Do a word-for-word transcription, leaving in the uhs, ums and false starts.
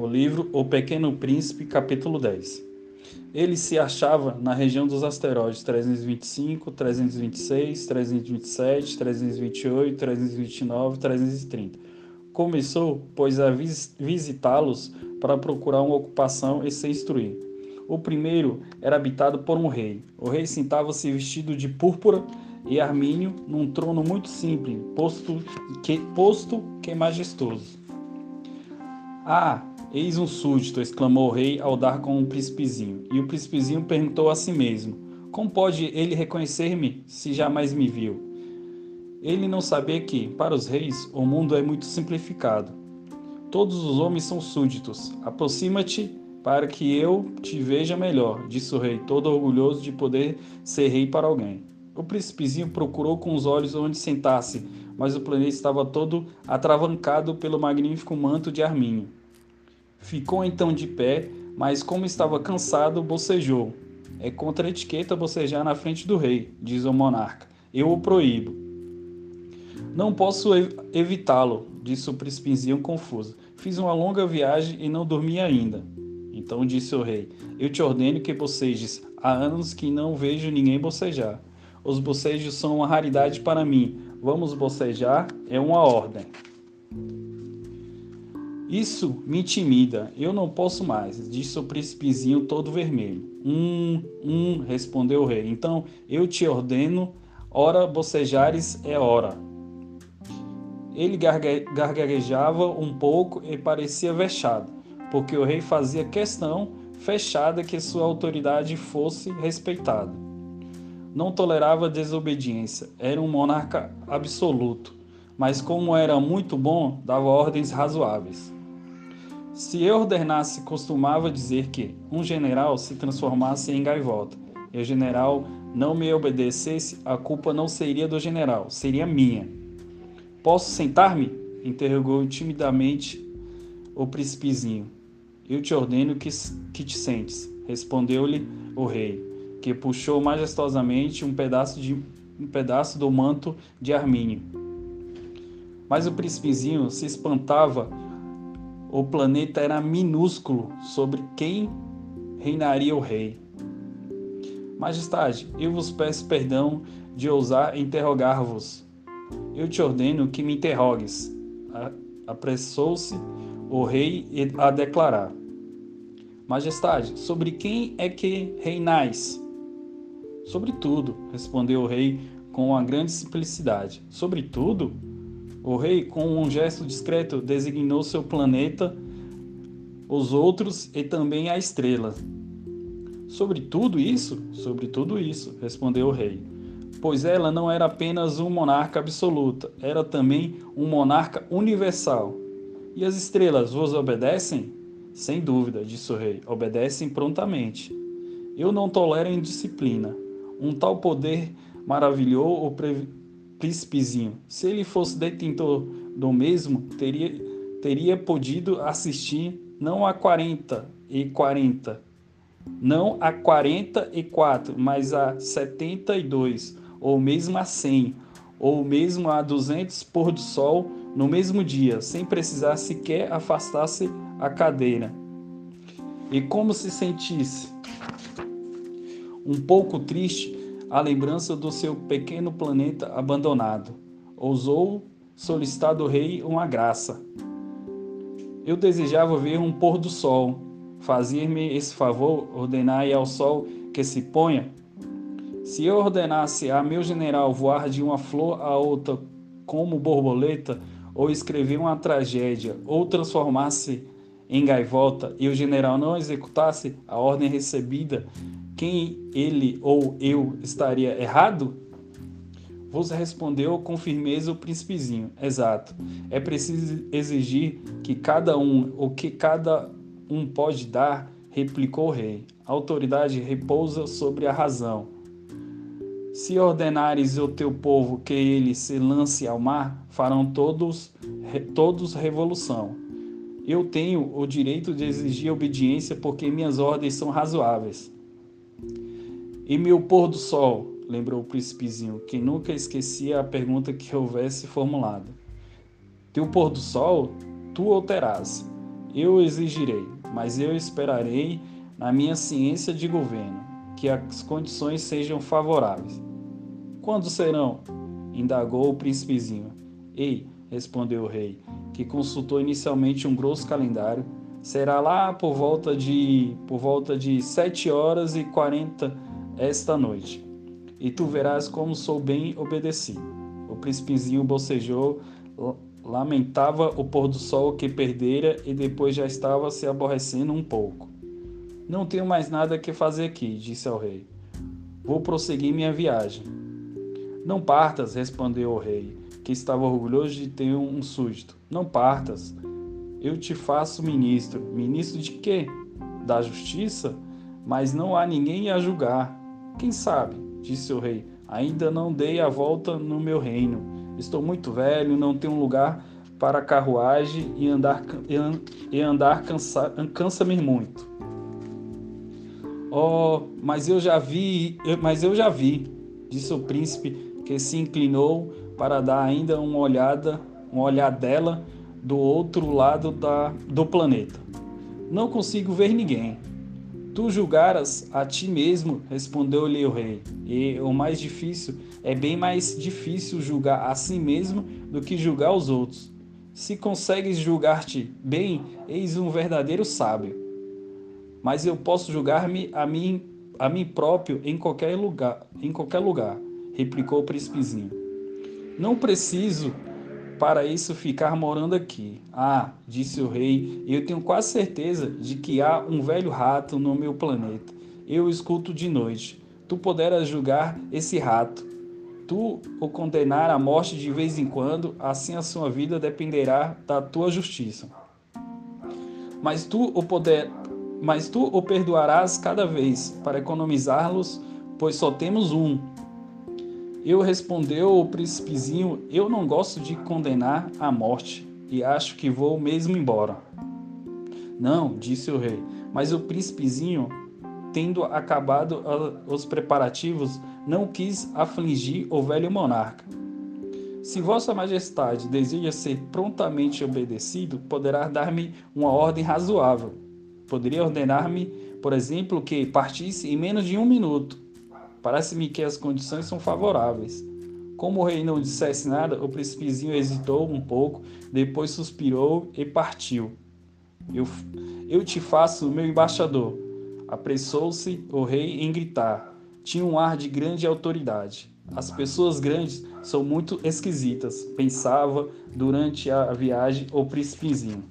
livro O Pequeno Príncipe, capítulo dez. Ele se achava na região dos asteroides trezentos e vinte e cinco, trezentos e vinte e seis, trezentos e vinte e sete, trezentos e vinte e oito, trezentos e vinte e nove e trezentos e trinta. Começou, pois, a vis- visitá-los para procurar uma ocupação e se instruir. O primeiro era habitado por um rei. O rei sentava-se vestido de púrpura e armínio num trono muito simples, posto que, posto que majestoso. Ah, eis um súdito, exclamou o rei ao dar com o príncipezinho. E o príncipezinho perguntou a si mesmo: como pode ele reconhecer-me se jamais me viu? Ele não sabia que, para os reis, o mundo é muito simplificado. Todos os homens são súditos. Aproxima-te para que eu te veja melhor, disse o rei, todo orgulhoso de poder ser rei para alguém. O príncipezinho procurou com os olhos onde sentar-se, mas o planeta estava todo atravancado pelo magnífico manto de arminho. Ficou então de pé, mas como estava cansado, bocejou. É contra a etiqueta bocejar na frente do rei, diz o monarca. Eu o proíbo. Não posso ev- evitá-lo, disse o príncipezinho confuso. Fiz uma longa viagem e não dormi ainda. Então disse o rei, eu te ordeno que bocejes. Há anos que não vejo ninguém bocejar. Os bocejos são uma raridade para mim. Vamos bocejar? É uma ordem. Isso me intimida. Eu não posso mais, disse o príncipezinho todo vermelho. Hum, hum, respondeu o rei. Então eu te ordeno, ora bocejares é hora. Ele garga- gargarejava um pouco e parecia vexado, porque o rei fazia questão fechada que sua autoridade fosse respeitada. Não tolerava desobediência, era um monarca absoluto, mas como era muito bom, dava ordens razoáveis. Se eu ordenasse, costumava dizer que um general se transformasse em gaivota, e o general não me obedecesse, a culpa não seria do general, seria minha. Posso sentar-me? Interrogou timidamente o príncipezinho. Eu te ordeno que, que te sentes, respondeu-lhe o rei, que puxou majestosamente um pedaço, de, um pedaço do manto de armínio. Mas o príncipezinho se espantava. O planeta era minúsculo sobre quem reinaria o rei. Majestade, eu vos peço perdão de ousar interrogar-vos. Eu te ordeno que me interrogues. Apressou-se o rei a declarar. Majestade, sobre quem é que reinais? Sobre tudo, respondeu o rei com uma grande simplicidade. Sobre tudo? O rei, com um gesto discreto, designou seu planeta, os outros e também a estrela. Sobre tudo isso? Sobre tudo isso, respondeu o rei. Pois ela não era apenas um monarca absoluto, era também um monarca universal. E as estrelas vos obedecem? Sem dúvida, disse o rei, obedecem prontamente. Eu não tolero indisciplina. Um tal poder maravilhou o príncipezinho. Se ele fosse detentor do mesmo, teria, teria podido assistir não a quarenta e quarenta, não a quarenta e quatro, mas a setenta e dois, ou mesmo a cem, ou mesmo a duzentos pôr do sol no mesmo dia, sem precisar sequer afastar-se a cadeira. E como se sentisse? Um pouco triste, a lembrança do seu pequeno planeta abandonado. Ousou solicitar do rei uma graça. Eu desejava ver um pôr do sol. Fazia-me esse favor, ordenai ao sol que se ponha. Se eu ordenasse a meu general voar de uma flor a outra como borboleta, ou escrever uma tragédia, ou transformar-se em gaivota, e o general não executasse a ordem recebida, quem ele ou eu estaria errado? Vos respondeu com firmeza o príncipezinho. Exato. É preciso exigir que cada um, o que cada um pode dar, replicou o rei. A autoridade repousa sobre a razão. Se ordenares ao teu povo que ele se lance ao mar, farão todos, todos revolução. Eu tenho o direito de exigir obediência porque minhas ordens são razoáveis. E meu pôr do sol, lembrou o príncipezinho, que nunca esquecia a pergunta que houvesse formulado. Teu pôr do sol, tu o terás. Eu exigirei, mas eu esperarei na minha ciência de governo, que as condições sejam favoráveis. Quando serão? Indagou o príncipezinho. Ei, respondeu o rei, que consultou inicialmente um grosso calendário. Será lá por volta de por volta de sete horas e quarenta esta noite. E tu verás como sou bem obedecido. O príncipezinho bocejou, lamentava o pôr do sol que perdera e depois já estava se aborrecendo um pouco. Não tenho mais nada que fazer aqui, disse ao rei. Vou prosseguir minha viagem. Não partas, respondeu o rei, que estava orgulhoso de ter um súdito. Não partas. Eu te faço ministro. Ministro de quê? Da justiça? Mas não há ninguém a julgar. Quem sabe? Disse o rei. Ainda não dei a volta no meu reino. Estou muito velho, não tenho um lugar para carruagem e andar, e andar cansa, cansa-me muito. Oh, mas eu já vi, mas eu já vi, disse o príncipe, que se inclinou para dar ainda uma olhada, uma olhadela do outro lado da, do planeta. Não consigo ver ninguém. Tu julgaras a ti mesmo, respondeu-lhe o rei, e o mais difícil, é bem mais difícil julgar a si mesmo do que julgar os outros. Se consegues julgar-te bem, eis um verdadeiro sábio. Mas eu posso julgar-me a mim, a mim próprio em qualquer lugar, em qualquer lugar, replicou o príncipezinho. Não preciso para isso ficar morando aqui. Ah, disse o rei, eu tenho quase certeza de que há um velho rato no meu planeta. Eu o escuto de noite. Tu poderás julgar esse rato. Tu o condenar à morte de vez em quando, assim a sua vida dependerá da tua justiça. Mas tu o poder, mas tu o perdoarás cada vez, para economizá-los, pois só temos um. Eu respondeu o príncipezinho, eu não gosto de condenar à morte, e acho que vou mesmo embora. Não, disse o rei, mas o príncipezinho, tendo acabado os preparativos, não quis afligir o velho monarca. Se vossa majestade deseja ser prontamente obedecido, poderá dar-me uma ordem razoável. Poderia ordenar-me, por exemplo, que partisse em menos de um minuto. Parece-me que as condições são favoráveis. Como o rei não dissesse nada, o príncipezinho hesitou um pouco, depois suspirou e partiu. Eu, eu te faço meu embaixador. Apressou-se o rei em gritar. Tinha um ar de grande autoridade. As pessoas grandes são muito esquisitas, pensava durante a viagem o príncipezinho.